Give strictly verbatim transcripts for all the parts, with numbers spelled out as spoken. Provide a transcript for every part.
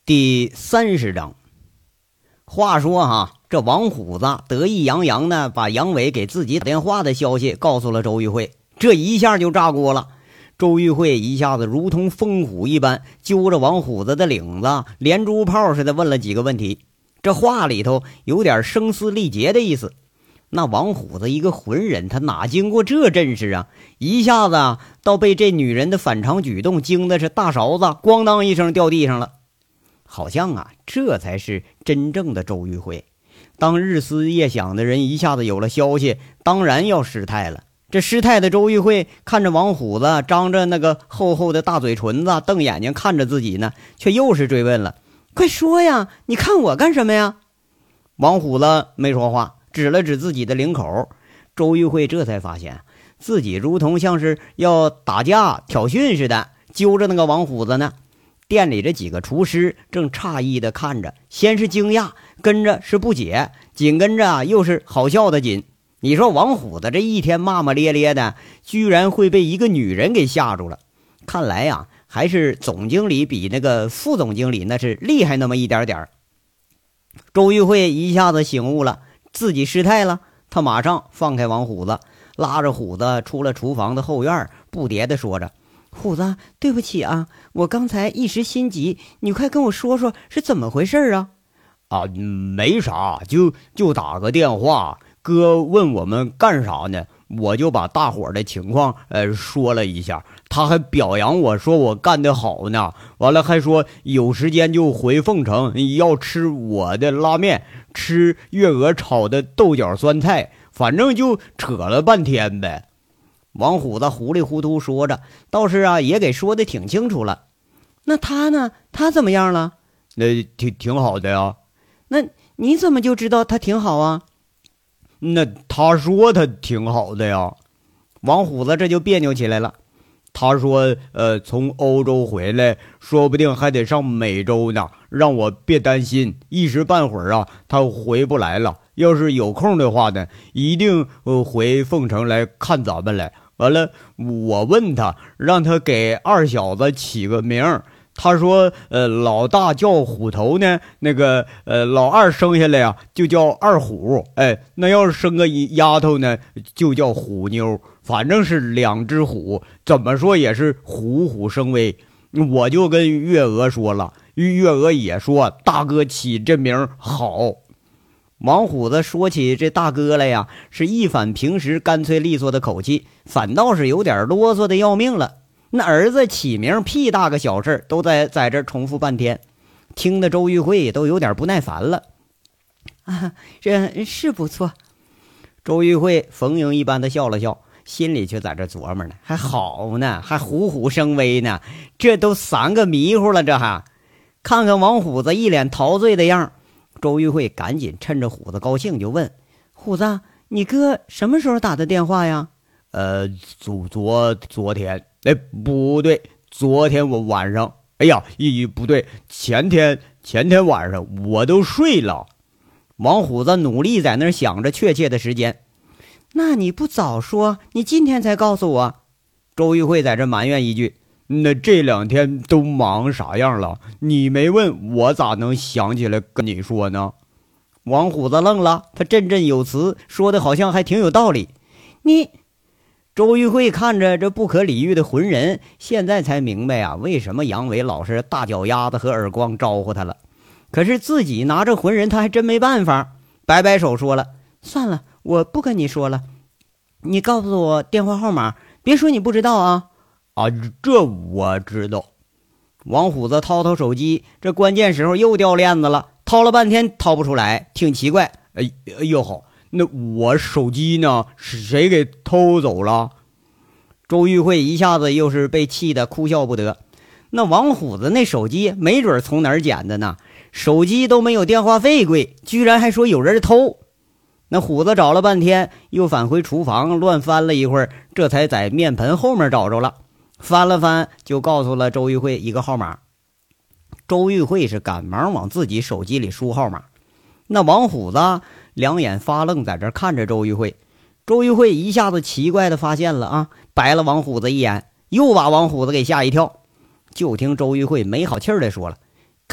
第三十章。话说哈，这王虎子得意洋洋呢，把杨伟给自己打电话的消息告诉了周玉慧，这一下就炸锅了。周玉慧一下子如同疯虎一般，揪着王虎子的领子，连珠炮似的问了几个问题，这话里头有点声嘶力竭的意思。那王虎子一个浑人，他哪经过这阵势啊，一下子啊倒被这女人的反常举动惊的是大勺子咣当一声掉地上了。好像啊，这才是真正的周玉慧。当日思夜想的人一下子有了消息，当然要失态了。这失态的周玉慧看着王虎子张着那个厚厚的大嘴唇子，瞪眼睛看着自己呢，却又是追问了：快说呀，你看我干什么呀？王虎子没说话，指了指自己的领口。周玉慧这才发现自己如同像是要打架挑衅似的，揪着那个王虎子呢。店里这几个厨师正诧异的看着，先是惊讶，跟着是不解，紧跟着啊又是好笑的紧。你说王虎子这一天骂骂咧咧的，居然会被一个女人给吓住了。看来呀、啊，还是总经理比那个副总经理那是厉害那么一点点。周玉慧一下子醒悟了，自己失态了，他马上放开王虎子，拉着虎子出了厨房的后院，不迭的说着：虎子，对不起啊，我刚才一时心急，你快跟我说说是怎么回事啊？ 啊，没啥，就就打个电话，哥问我们干啥呢，我就把大伙儿的情况呃说了一下，他还表扬我说我干得好呢，完了还说有时间就回凤城要吃我的拉面，吃月娥炒的豆角酸菜，反正就扯了半天呗。 王虎子糊里糊涂说着，倒是啊也给说的挺清楚了。那他呢？他怎么样了？ 那挺挺好的呀。 那你怎么就知道他挺好啊？ 那他说他挺好的呀。 王虎子这就别扭起来了。 他说呃从欧洲回来，说不定还得上美洲呢，让我别担心，一时半会儿啊他回不来了，要是有空的话呢，一定呃回凤城来看咱们来。完了我问他，让他给二小子起个名，他说呃老大叫虎头呢，那个呃老二生下来呀、啊、就叫二虎，哎，那要是生个丫头呢就叫虎妞，反正是两只虎，怎么说也是虎虎生威。我就跟月娥说了，月娥也说大哥起这名好。 王虎子说起这大哥来呀，是一反平时干脆利索的口气，反倒是有点啰嗦的要命了。那儿子起名屁大个小事都在在这重复半天，听得周玉慧都有点不耐烦了。啊，这是不错。周玉慧逢迎一般的笑了笑，心里却在这琢磨呢，还好呢，还虎虎生威呢，这都三个迷糊了，这还看看王虎子一脸陶醉的样，周玉慧赶紧趁着虎子高兴就问：虎子，你哥什么时候打的电话呀？ 呃昨昨昨天哎不对，昨天我晚上，哎呀咦不对，前天前天晚上我都睡了。 王虎子努力在那儿想着确切的时间。那你不早说，你今天才告诉我。周玉慧在这埋怨一句： 那这两天都忙啥样了？你没问我咋能想起来跟你说呢？ 王虎子愣了，他振振有词，说的好像还挺有道理。你周玉慧看着这不可理喻的浑人，现在才明白啊，为什么杨伟老是大脚丫子和耳光招呼他了。可是自己拿着浑人，他还真没办法，摆摆手说了：算了，我不跟你说了，你告诉我电话号码，别说你不知道啊。 啊，这我知道。 王虎子掏掏手机，这关键时候又掉链子了，掏了半天掏不出来，挺奇怪。 哎哎呦好，那我手机呢？是谁给偷走了？ 周玉慧一下子又是被气得哭笑不得。那王虎子那手机没准从哪儿捡的呢？手机都没有电话费贵，居然还说有人偷。那虎子找了半天，又返回厨房乱翻了一会儿，这才在面盆后面找着了。翻了翻，就告诉了周玉慧一个号码。周玉慧是赶忙往自己手机里输号码。那王虎子两眼发愣，在这看着周玉慧。周玉慧一下子奇怪的发现了啊，白了王虎子一眼，又把王虎子给吓一跳。就听周玉慧没好气儿的说了：看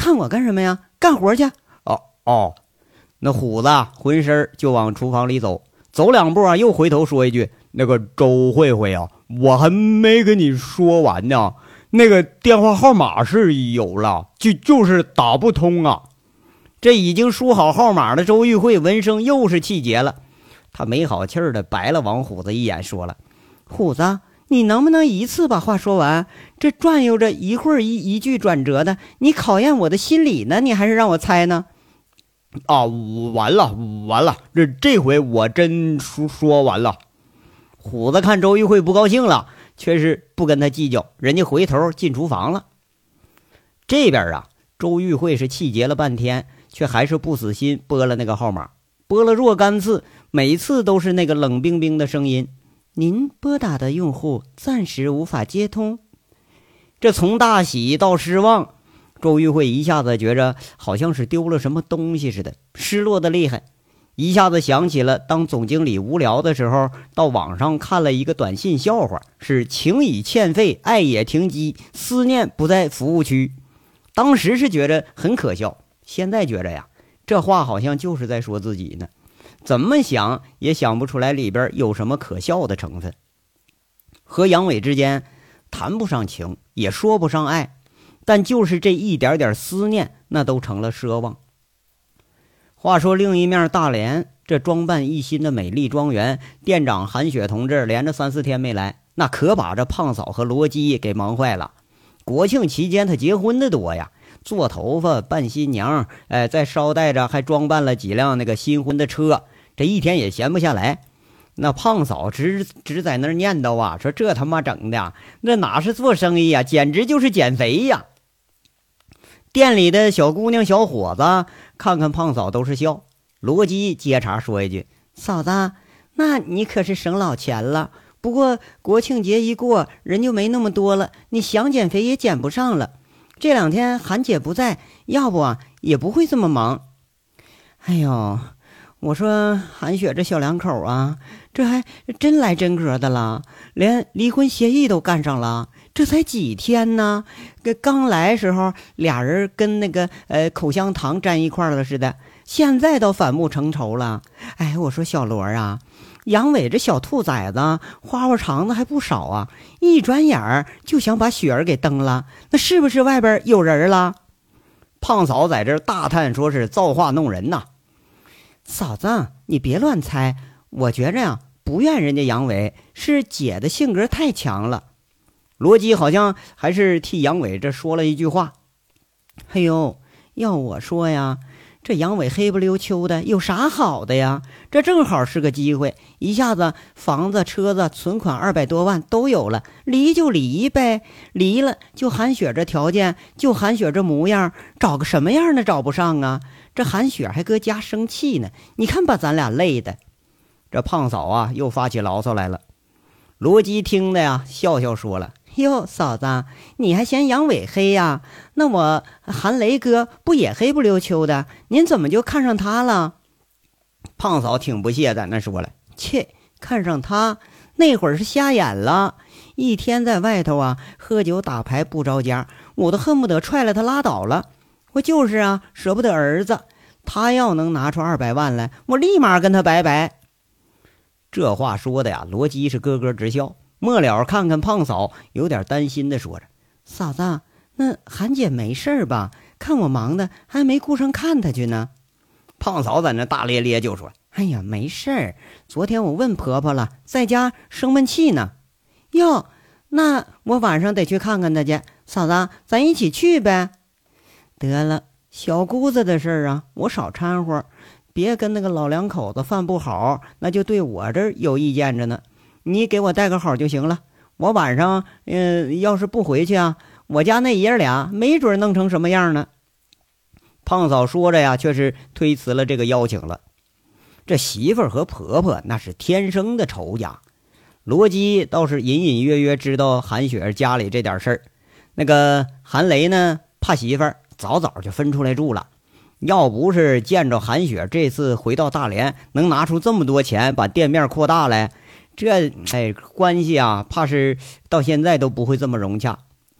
看我干什么呀？干活去。 哦哦，那虎子浑身就往厨房里走，走两步啊，又回头说一句：“那个周慧慧啊，我还没跟你说完呢。那个电话号码是有了，就就是打不通啊。”这已经输好号码的周玉慧闻声又是气结了，他没好气儿的白了王虎子一眼，说了：“ 虎子，你能不能一次把话说完？这转悠着一会儿一一句转折的，你考验我的心理呢，你还是让我猜呢？” 啊，完了完了，这这回我真说说完了。虎子看周玉慧不高兴了，却是不跟他计较，人家回头进厨房了。这边啊，周玉慧是气结了半天，却还是不死心拨了那个号码，拨了若干次，每次都是那个冷冰冰的声音：“ 您拨打的用户暂时无法接通。” 这从大喜到失望，周玉慧一下子觉着好像是丢了什么东西似的，失落的厉害。一下子想起了当总经理无聊的时候，到网上看了一个短信笑话，是情已欠费，爱也停机，思念不在服务区。当时是觉着很可笑，现在觉着呀，这话好像就是在说自己呢，怎么想也想不出来里边有什么可笑的成分。和杨伟之间谈不上情，也说不上爱，但就是这一点点思念，那都成了奢望。话说另一面大连，这装扮一新的美丽庄园，店长韩雪同志连着三四天没来，那可把这胖嫂和罗基给忙坏了。国庆期间他结婚的多呀，做头发扮新娘，哎，再捎带着还装扮了几辆那个新婚的车，这一天也闲不下来。那胖嫂直直在那儿念叨啊，说这他妈整的那哪是做生意呀，简直就是减肥呀。店里的小姑娘小伙子看看胖嫂都是笑。罗基接茬说一句：“ 嫂子，那你可是省老钱了，不过国庆节一过人就没那么多了，你想减肥也减不上了。这两天韩姐不在，要不啊也不会这么忙。”哎呦，我说韩雪这小两口啊，这还真来真格的了，连离婚协议都干上了。这才几天呢，刚来时候俩人跟那个呃口香糖粘一块了似的，现在倒反目成仇了。哎，我说小罗啊，杨伟这小兔崽子花花肠子还不少啊，一转眼儿就想把雪儿给蹬了，那是不是外边有人了？ 胖嫂在这儿大叹，说是造化弄人呐。 嫂子，你别乱猜，我觉着呀，不怨人家杨伟，是姐的性格太强了。 罗基好像还是替杨伟这说了一句话：“ 哎呦，要我说呀，这杨伟黑不溜秋的，有啥好的呀？这正好是个机会，一下子房子、车子、存款二百多万都有了，离就离呗，离了就韩雪这条件，就韩雪这模样，找个什么样的找不上啊？这韩雪还搁家生气呢，你看把咱俩累的。” 这胖嫂啊，又发起牢骚来了。罗基听的呀，笑笑说了：“ 哟，嫂子，你还嫌杨伟黑呀？那我韩雷哥不也黑不溜秋的？您怎么就看上他了？” 胖嫂挺不屑在那说了：“ 切，看上他那会儿是瞎眼了，一天在外头啊喝酒打牌不着家，我都恨不得踹了他拉倒了。我就是啊，舍不得儿子，他要能拿出二百万来，我立马跟他拜拜。” 这话说的呀，罗基是咯咯直笑。末了看看胖嫂，有点担心的说着：“ 嫂子，那韩姐没事吧？看我忙的，还没顾上看她去呢。” 胖嫂在那大咧咧就说：“ 哎呀，没事儿，昨天我问婆婆了，在家生闷气呢。”哟，那我晚上得去看看她去。嫂子，咱一起去呗。得了，小姑子的事儿啊，我少掺和，别跟那个老两口子犯不好，那就对我这儿有意见着呢。你给我带个好就行了。我晚上，嗯、呃，要是不回去啊，我家那爷俩没准弄成什么样呢。 胖嫂说着呀，却是推辞了这个邀请了。这媳妇儿和婆婆那是天生的仇家。罗基倒是隐隐约约知道韩雪家里这点事儿。那个韩雷呢，怕媳妇儿，早早就分出来住了。要不是见着韩雪这次回到大连能拿出这么多钱把店面扩大来，这哎关系啊，怕是到现在都不会这么融洽。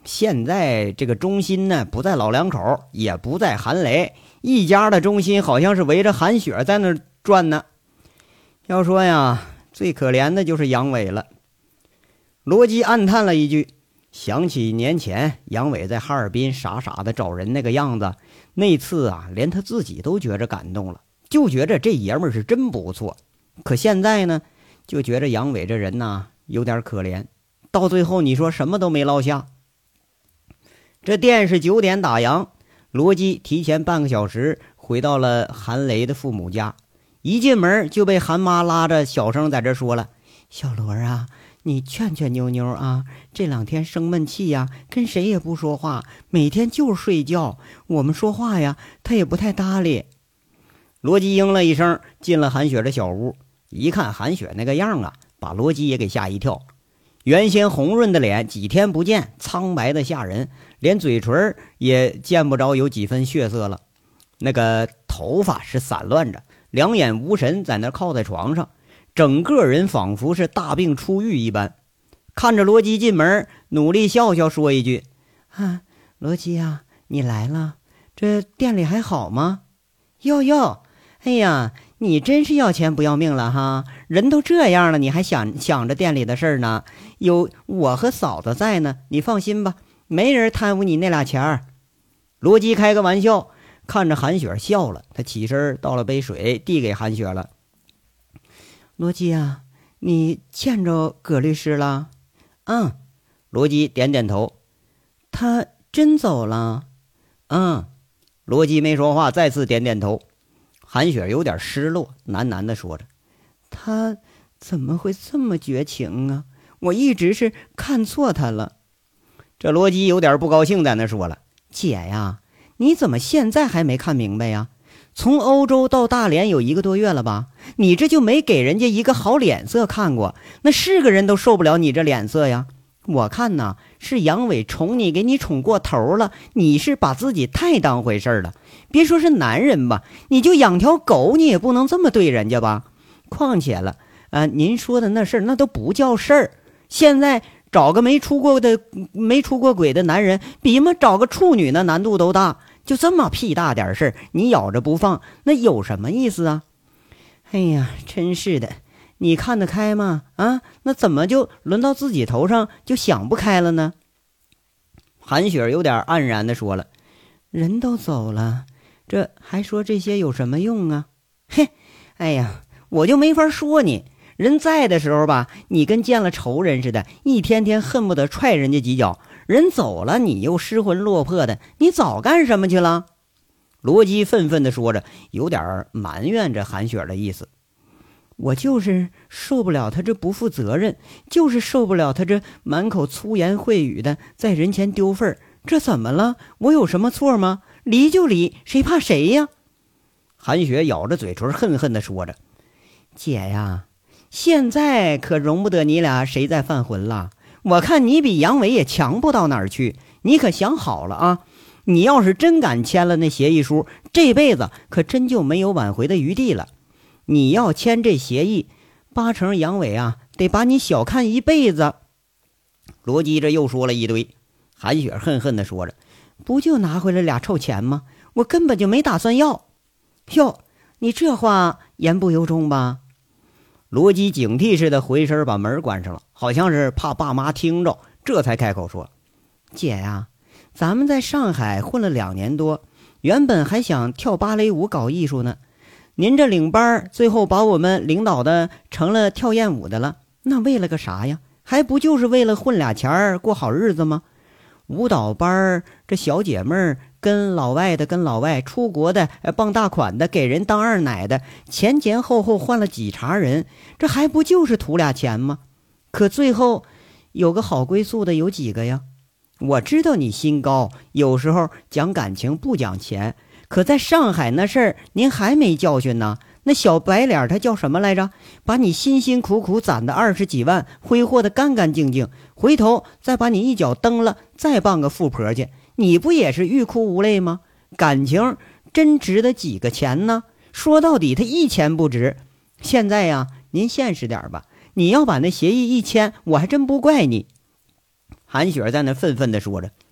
现在这个中心呢，不在老两口，也不在韩雷，一家的中心好像是围着韩雪在那儿转呢。要说呀，最可怜的就是杨伟了。罗辑暗叹了一句，想起年前杨伟在哈尔滨傻傻的找人那个样子，那次啊，连他自己都觉着感动了，就觉着这爷们儿是真不错。可现在呢，就觉着杨伟这人呐，有点可怜，到最后你说什么都没落下。这店是九点打烊，罗辑提前半个小时回到了韩雷的父母家，一进门就被韩妈拉着小声在这说了：“小罗啊，你劝劝妞妞啊，这两天生闷气呀，跟谁也不说话，每天就是睡觉，我们说话呀，她也不太搭理。”罗辑应了一声，进了韩雪的小屋，一看韩雪那个样啊，把罗辑也给吓一跳。原先红润的脸几天不见，苍白的吓人，连嘴唇也见不着有几分血色了。那个头发是散乱着，两眼无神，在那靠在床上，整个人仿佛是大病初愈一般。看着罗辑进门，努力笑笑说一句：“啊，罗辑啊，你来了，这店里还好吗？”“哟哟，哎呀，你真是要钱不要命了哈！人都这样了，你还想想着店里的事儿呢？有我和嫂子在呢，你放心吧，没人贪污你那俩钱儿。”罗辑开个玩笑，看着韩雪笑了，他起身倒了杯水递给韩雪了。“罗辑啊，你见着葛律师了？”“嗯。”罗辑点点头。“他真走了？”“嗯。”罗辑没说话，再次点点头。韩雪有点失落，喃喃地说着：“他怎么会这么绝情啊？我一直是看错他了。”这罗辑有点不高兴，在那说了：“姐呀，你怎么现在还没看明白呀？从欧洲到大连有一个多月了吧？你这就没给人家一个好脸色看过？那是个人都受不了你这脸色呀！我看呐，是杨伟宠你，给你宠过头了，你是把自己太当回事了。别说是男人吧，你就养条狗，你也不能这么对人家吧？况且了，啊、呃，您说的那事儿，那都不叫事儿。现在找个没出过的、没出过轨的男人，比嘛找个处女那难度都大。就这么屁大点事儿，你咬着不放，那有什么意思啊？哎呀，真是的。你看得开吗？啊，那怎么就轮到自己头上就想不开了呢？”韩雪有点黯然地说了：“人都走了，这还说这些有什么用啊？嘿，哎呀，我就没法说你。人在的时候吧，你跟见了仇人似的，一天天恨不得踹人家几脚；人走了，你又失魂落魄的，你早干什么去了？”罗辑愤愤地说着，有点埋怨着韩雪的意思。我就是受不了他这不负责任，就是受不了他这满口粗言秽语的，在人前丢份儿。这怎么了？我有什么错吗？离就离，谁怕谁呀？韩雪咬着嘴唇恨恨地说着：“姐呀，现在可容不得你俩谁再犯浑了。我看你比杨伟也强不到哪儿去，你可想好了啊！你要是真敢签了那协议书，这辈子可真就没有挽回的余地了。你要签这协议，八成杨伟啊得把你小看一辈子。”罗辑这又说了一堆。韩雪恨恨地说着：“不就拿回来俩臭钱吗？我根本就没打算要。”“哟，你这话言不由衷吧？”罗辑警惕似的回身把门关上了，好像是怕爸妈听着，这才开口说：“姐呀，咱们在上海混了两年多，原本还想跳芭蕾舞搞艺术呢。您这领班最后把我们领导的成了跳艳舞的了，那为了个啥呀？还不就是为了混俩钱儿过好日子吗？舞蹈班这小姐妹儿跟老外的跟老外，出国的傍大款的，给人当二奶的，前前后后换了几茬人，这还不就是图俩钱吗？可最后有个好归宿的有几个呀？我知道你心高，有时候讲感情不讲钱，可在上海那事儿您还没教训呢。那小白脸他叫什么来着？把你辛辛苦苦攒的二十几万挥霍的干干净净，回头再把你一脚蹬了，再傍个富婆去，你不也是欲哭无泪吗？感情真值得几个钱呢？说到底他一钱不值。现在呀，您现实点吧，你要把那协议一签，我还真不怪你。韩雪在那愤愤地说着：“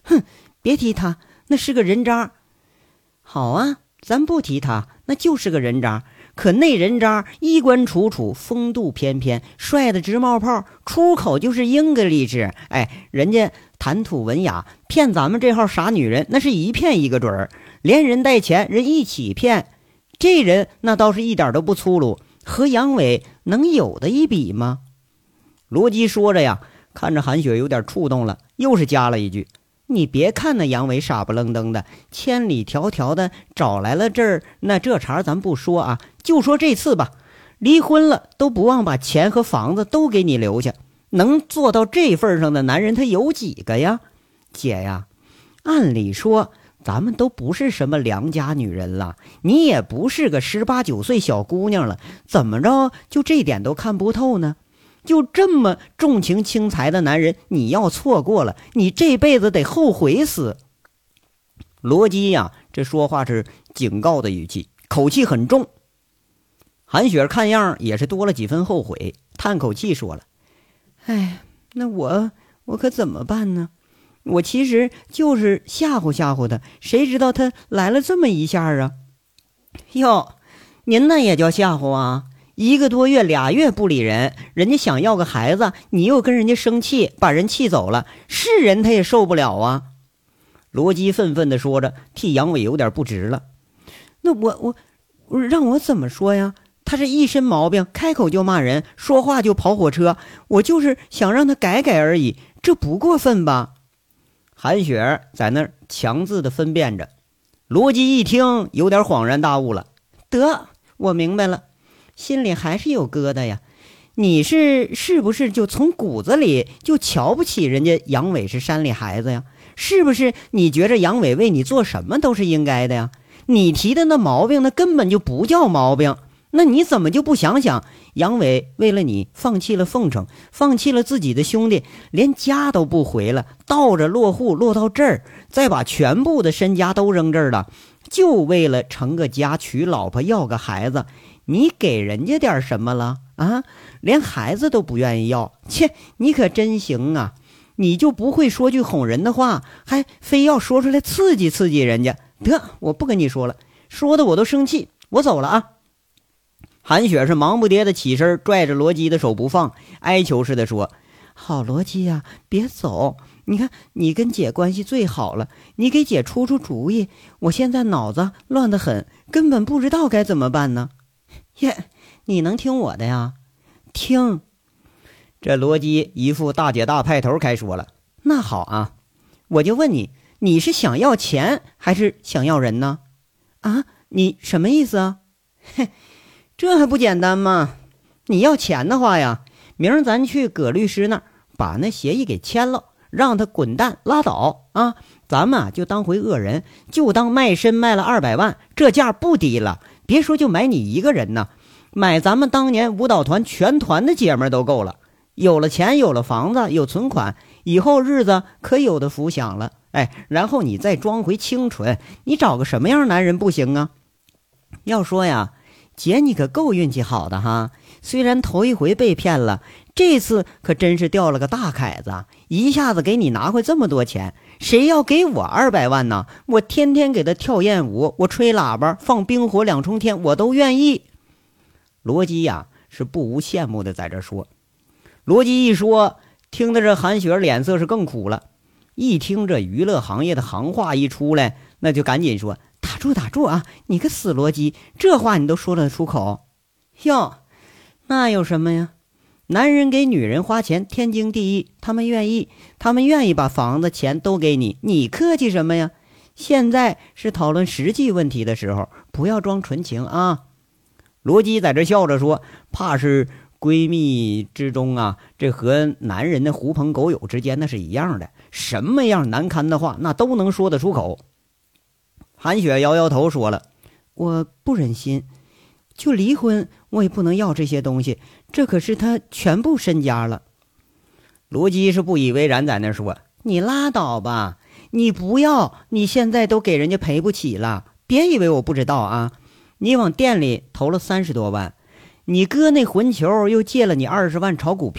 哼，别提他，那是个人渣。好啊，咱不提他，那就是个人渣。可那人渣衣冠楚楚，风度翩翩，帅得直冒泡，出口就是英格丽质。哎，人家谈吐文雅，骗咱们这号傻女人，那是一骗一个准儿，连人带钱人一起骗。这人那倒是一点都不粗鲁，和杨伟能有的一比吗？罗辑说着呀，看着韩雪有点触动了，又是加了一句：你别看那杨伟傻不愣登的，千里迢迢的找来了这儿，那这茬咱不说啊，就说这次吧，离婚了都不忘把钱和房子都给你留下，能做到这份上的男人他有几个呀？姐呀，按理说咱们都不是什么良家女人了，你也不是个十八九岁小姑娘了，怎么着就这点都看不透呢？就这么重情轻财的男人，你要错过了，你这辈子得后悔死。罗辑呀，这说话是警告的语气，口气很重。韩雪看样也是多了几分后悔，叹口气说了：哎，那我我可怎么办呢？我其实就是吓唬吓唬他，谁知道他来了这么一下啊？哟，您那也叫吓唬啊？一个多月俩月不理人，人家想要个孩子，你又跟人家生气，把人气走了，是人他也受不了啊。罗辑愤愤地说着，替杨伟有点不值了。那我我我让我怎么说呀？他这一身毛病，开口就骂人，说话就跑火车，我就是想让他改改而已，这不过分吧？韩雪在那儿强自的分辨着。罗辑一听有点恍然大悟了，得，我明白了，心里还是有疙瘩呀。你是是不是就从骨子里就瞧不起人家杨伟是山里孩子呀？是不是你觉着杨伟为你做什么都是应该的呀？你提的那毛病那根本就不叫毛病，那你怎么就不想想，杨伟为了你放弃了奉承，放弃了自己的兄弟，连家都不回了，倒着落户落到这儿，再把全部的身家都扔这儿了，就为了成个家，娶老婆，要个孩子。你给人家点什么了啊？连孩子都不愿意要，切，你可真行啊！你就不会说句哄人的话，还非要说出来刺激刺激人家。得，我不跟你说了，说的我都生气，我走了啊！韩雪是忙不迭的起身，拽着罗辑的手不放，哀求似的说：好罗辑呀，别走，你看你跟姐关系最好了，你给姐出出主意，我现在脑子乱得很，根本不知道该怎么办呢。耶，你能听我的呀？听。这罗辑一副大姐大派头开说了，那好啊，我就问你，你是想要钱还是想要人呢？啊，你什么意思啊？嘿，这还不简单吗？你要钱的话呀，明儿咱去葛律师那儿把那协议给签了，让他滚蛋拉倒啊！咱们啊就当回恶人，就当卖身卖了二百万，这价不低了。别说就买你一个人呢，买咱们当年舞蹈团全团的姐们都够了。有了钱，有了房子，有存款，以后日子可有的福享了。哎，然后你再装回清纯，你找个什么样男人不行啊？要说呀，姐你可够运气好的哈，虽然头一回被骗了，这次可真是掉了个大凯子，一下子给你拿回这么多钱。谁要给我二百万呢？我天天给他跳艳舞，我吹喇叭，放冰火两重天，我都愿意。罗辑呀，是不无羡慕的在这说。罗辑一说，听得这韩雪脸色是更苦了。一听这娱乐行业的行话一出来，那就赶紧说：打住打住啊！你个死罗辑，这话你都说得出口？哟，那有什么呀？男人给女人花钱天经地义，他们愿意，他们愿意把房子钱都给你，你客气什么呀？现在是讨论实际问题的时候，不要装纯情啊！罗辑在这笑着说，怕是闺蜜之中啊，这和男人的狐朋狗友之间那是一样的，什么样难堪的话那都能说得出口。韩雪摇摇头说了，我不忍心，就离婚我也不能要这些东西，这可是他全部身家了。罗辑是不以为然，在那说，你拉倒吧，你不要，你现在都给人家赔不起了，别以为我不知道啊！你往店里投了三十多万，你哥那混球又借了你二十万炒股票，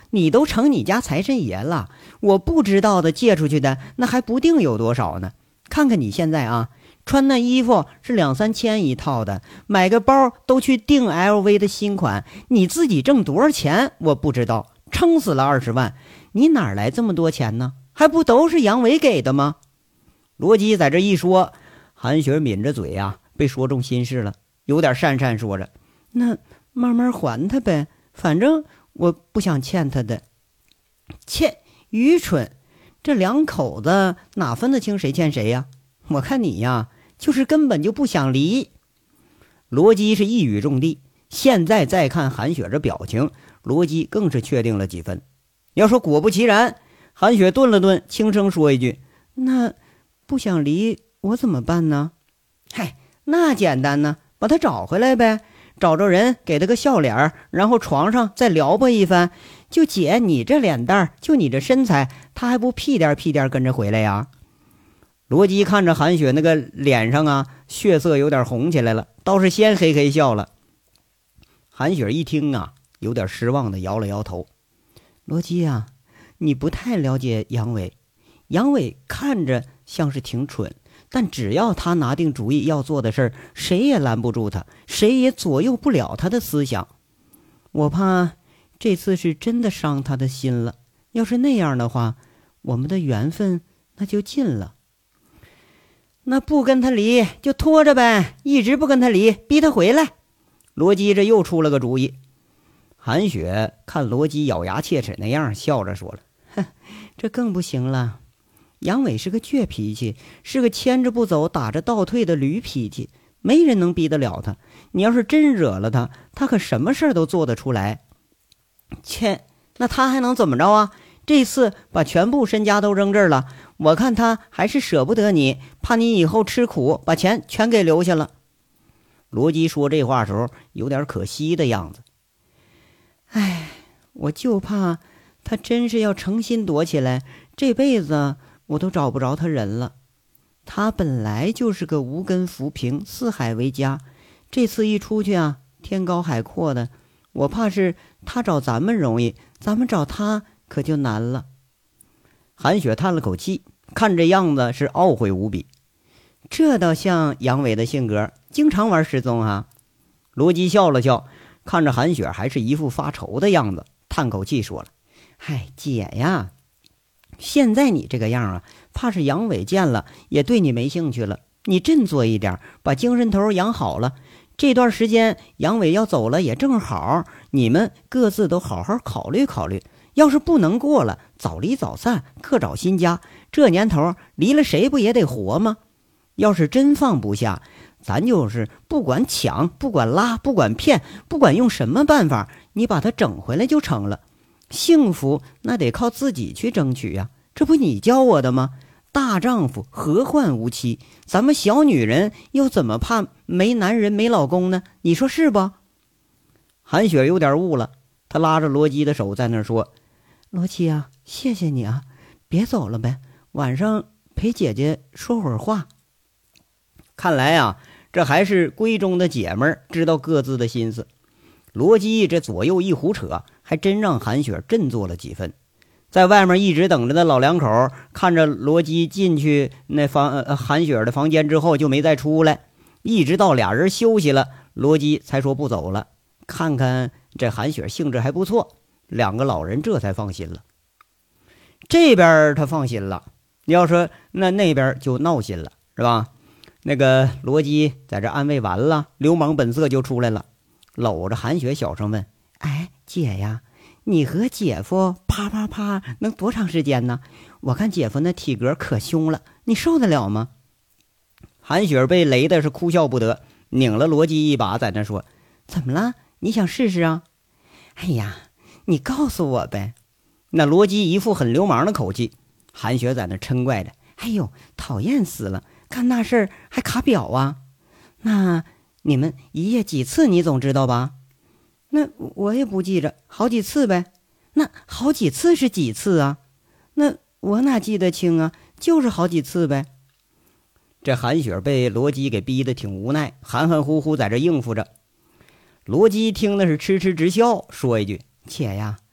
你都成你家财神爷了，我不知道的借出去的那还不定有多少呢。看看你现在啊，穿那衣服是两三千一套的，买个包都去订 L V 的新款，你自己挣多少钱我不知道，撑死了二十万，你哪来这么多钱呢？还不都是杨伟给的吗？罗辑在这一说，韩雪抿着嘴啊，被说中心事了，有点讪讪说着：“那慢慢还他呗，反正我不想欠他的。”切，愚蠢！这两口子哪分得清谁欠谁呀？我看你呀，就是根本就不想离。罗辑是一语中的，现在再看韩雪这表情，罗辑更是确定了几分。要说果不其然，韩雪顿了顿，轻声说一句：“那不想离我怎么办呢？”嗨，那简单呢，把他找回来呗，找着人给他个笑脸，然后床上再撩拨一番。就姐你这脸蛋，就你这身材，他还不屁颠屁颠跟着回来呀？罗辑看着韩雪那个脸上啊，血色有点红起来了，倒是先嘿嘿笑了。韩雪一听啊，有点失望的摇了摇头：“罗辑啊，你不太了解杨伟。杨伟看着像是挺蠢，但只要他拿定主意要做的事儿，谁也拦不住他，谁也左右不了他的思想。我怕这次是真的伤他的心了，要是那样的话，我们的缘分那就尽了。那不跟他离就拖着呗，一直不跟他离，逼他回来。”罗辑这又出了个主意。韩雪看罗辑咬牙切齿那样，笑着说了：“哼，这更不行了。杨伟是个倔脾气，是个牵着不走打着倒退的驴脾气，没人能逼得了他。你要是真惹了他，他可什么事儿都做得出来。切，那他还能怎么着啊？这次把全部身家都扔这儿了，我看他还是舍不得你，怕你以后吃苦，把钱全给留下了。”罗辑说这话时候有点可惜的样子。哎，我就怕他真是要诚心躲起来，这辈子我都找不着他人了。他本来就是个无根浮萍、四海为家，这次一出去啊，天高海阔的，我怕是他找咱们容易，咱们找他可就难了。韩雪叹了口气，看这样子是懊悔无比。这倒像杨伟的性格，经常玩失踪啊。罗辑笑了笑，看着韩雪还是一副发愁的样子，叹口气说了：“嗨，姐呀，现在你这个样啊，怕是杨伟见了也对你没兴趣了。你振作一点，把精神头养好了。这段时间杨伟要走了也正好，你们各自都好好考虑考虑。要是不能过了，早离早散，各找新家。这年头离了谁不也得活吗？要是真放不下，咱就是不管抢，不管拉，不管骗，不管用什么办法，你把他整回来就成了。幸福那得靠自己去争取呀，这不你教我的吗？大丈夫何患无妻？咱们小女人又怎么怕没男人没老公呢？你说是不？”韩雪有点悟了，她拉着罗辑的手在那说：“罗辑啊，谢谢你啊，别走了呗，晚上陪姐姐说会儿话。”看来啊，这还是闺中的姐们儿知道各自的心思。罗辑这左右一胡扯，还真让韩雪振作了几分。在外面一直等着的老两口看着罗辑进去那房、呃、韩雪的房间之后就没再出来，一直到俩人休息了，罗辑才说不走了。看看这韩雪兴致还不错，两个老人这才放心了。这边他放心了，要说那那边就闹心了，是吧？那个罗辑在这安慰完了，流氓本色就出来了，搂着韩雪小声问：“哎，姐呀，你和姐夫啪啪啪能多长时间呢？我看姐夫那体格可凶了，你受得了吗？”韩雪被雷的是哭笑不得，拧了罗辑一把，在那说：“怎么了？你想试试啊？”“哎呀，你告诉我呗。”那罗辑一副很流氓的口气。韩雪在那嗔怪着：“哎呦，讨厌死了！干那事儿还卡表啊？那你们一夜几次你总知道吧？”“那我也不记着，好几次呗。”“那好几次是几次啊？”“那我哪记得清啊，就是好几次呗。”这韩雪被罗辑给逼得挺无奈，含含糊糊在这应付着。罗辑听的是痴痴直笑，说一句：“姐呀，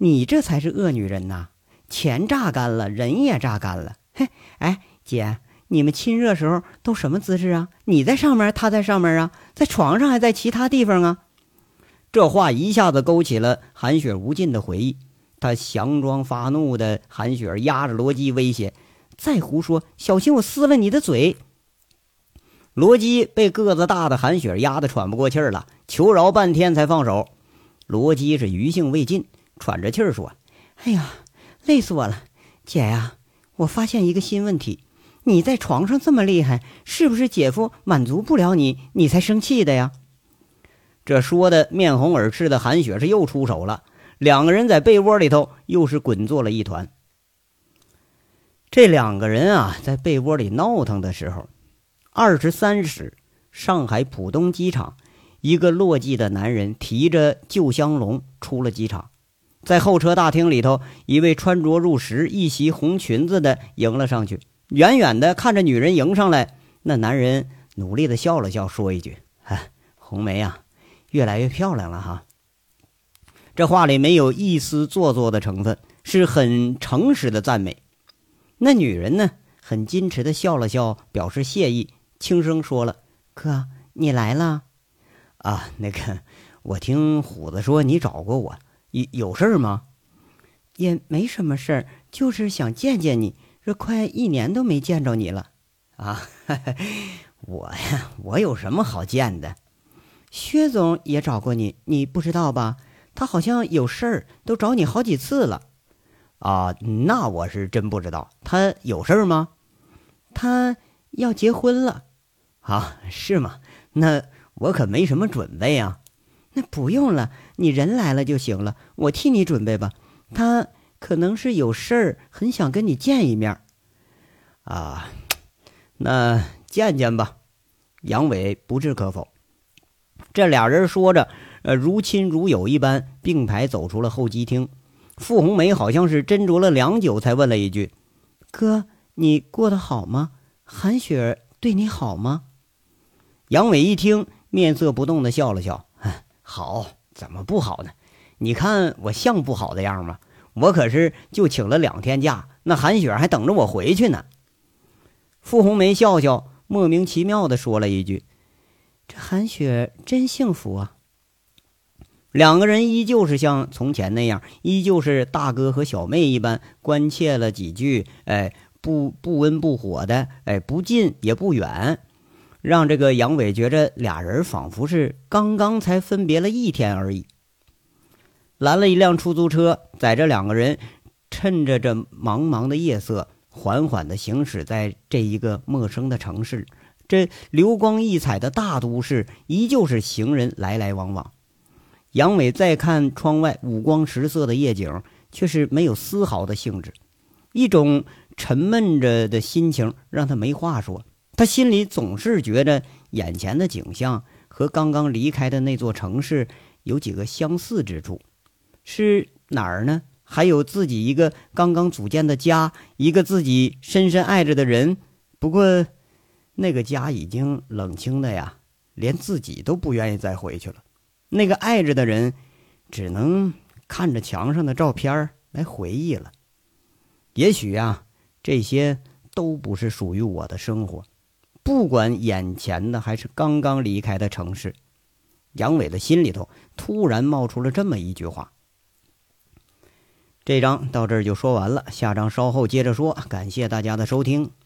你这才是恶女人呐！钱榨干了，人也榨干了。嘿，哎，姐，你们亲热时候都什么姿势啊？你在上面，他在上面啊，在床上还在其他地方啊？ 这话一下子勾起了韩雪无尽的回忆。他佯装发怒的韩雪压着罗辑威胁：“再胡说，小心我撕了你的嘴！”罗辑被个子大的韩雪压得喘不过气儿了，求饶半天才放手。罗辑是余兴未尽，喘着气儿说：“ 哎呀，累死我了，姐呀，我发现一个新问题，你在床上这么厉害，是不是姐夫满足不了你，你才生气的呀？” 这说的面红耳赤的韩雪是又出手了，两个人在被窝里头又是滚作了一团。这两个人啊，在被窝里闹腾的时候，二十三时，上海浦东机场，一个落寂的男人提着旧香笼出了机场，在候车大厅里头，一位穿着入时、一袭红裙子的迎了上去。远远的看着女人迎上来，那男人努力的笑了笑，说一句：“哎，红梅啊，越来越漂亮了哈。”这话里没有一丝做作的成分，是很诚实的赞美。那女人呢，很矜持的笑了笑，表示谢意，轻声说了：“ 哥，你来了啊？那个，我听虎子说你找过我，有有事儿吗？”“ 也没什么事儿，就是想见见你，这快一年都没见着你了。”“ 啊，呵呵，我呀，我有什么好见的？”“ 薛总也找过你，你不知道吧？他好像有事儿，都找你好几次了。”“ 啊，那我是真不知道，他有事儿吗？”“ 他要结婚了。”“ 啊，是吗？那我可没什么准备啊。”“ 那不用了，你人来了就行了，我替你准备吧。他可能是有事儿，很想跟你见一面。”“ 啊，那见见吧。”杨伟不置可否。这俩人说着，呃，如亲如友一般并排走出了候机厅。傅红梅好像是斟酌了良久，才问了一句：“ 哥，你过得好吗？韩雪对你好吗？” 杨伟一听，面色不动的笑了笑：“好，怎么不好呢？你看我像不好的样吗？我可是就请了两天假，那韩雪还等着我回去呢。”傅红梅笑笑，莫名其妙的说了一句：“ 这韩雪真幸福啊。” 两个人依旧是像从前那样，依旧是大哥和小妹一般，关切了几句，哎，不不温不火的，哎，不近也不远，让这个杨伟觉着俩人仿佛是刚刚才分别了一天而已。拦了一辆出租车，载着两个人，趁着这茫茫的夜色，缓缓地行驶在这一个陌生的城市。这流光溢彩的大都市，依旧是行人来来往往。杨伟再看窗外五光十色的夜景，却是没有丝毫的兴致，一种沉闷着的心情让他没话说。他心里总是觉得眼前的景象和刚刚离开的那座城市有几个相似之处。是哪儿呢？还有自己一个刚刚组建的家，一个自己深深爱着的人。不过那个家已经冷清的呀，连自己都不愿意再回去了。那个爱着的人，只能看着墙上的照片来回忆了。也许啊，这些都不是属于我的生活，不管眼前的还是刚刚离开的城市。杨伟的心里头突然冒出了这么一句话。这章到这儿就说完了，下章稍后接着说。感谢大家的收听。